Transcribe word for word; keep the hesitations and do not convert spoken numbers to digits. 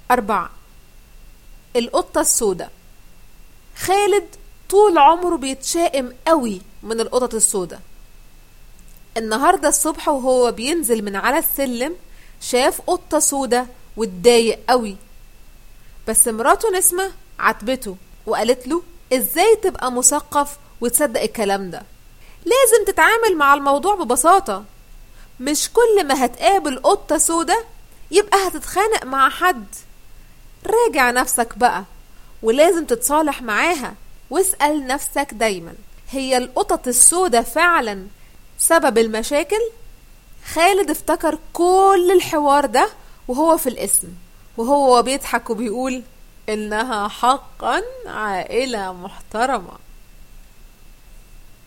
أربعة. القطة السوداء. خالد طول عمره بيتشائم قوي من القطط السوداء. النهاردة الصبح وهو بينزل من على السلم شاف قطة سوداء واتضايق قوي، بس مراته نسمة عاتبته وقالت له ازاي تبقى مثقف وتصدق الكلام ده؟ لازم تتعامل مع الموضوع ببساطة، مش كل ما هتقابل قطة سوداء يبقى هتتخانق مع حد. راجع نفسك بقى، ولازم تتصالح معاها، واسأل نفسك دايما هي القطط السوداء فعلا سبب المشاكل؟ خالد افتكر كل الحوار ده وهو في القسم، وهو بيضحك وبيقول إنها حقا عائلة محترمة.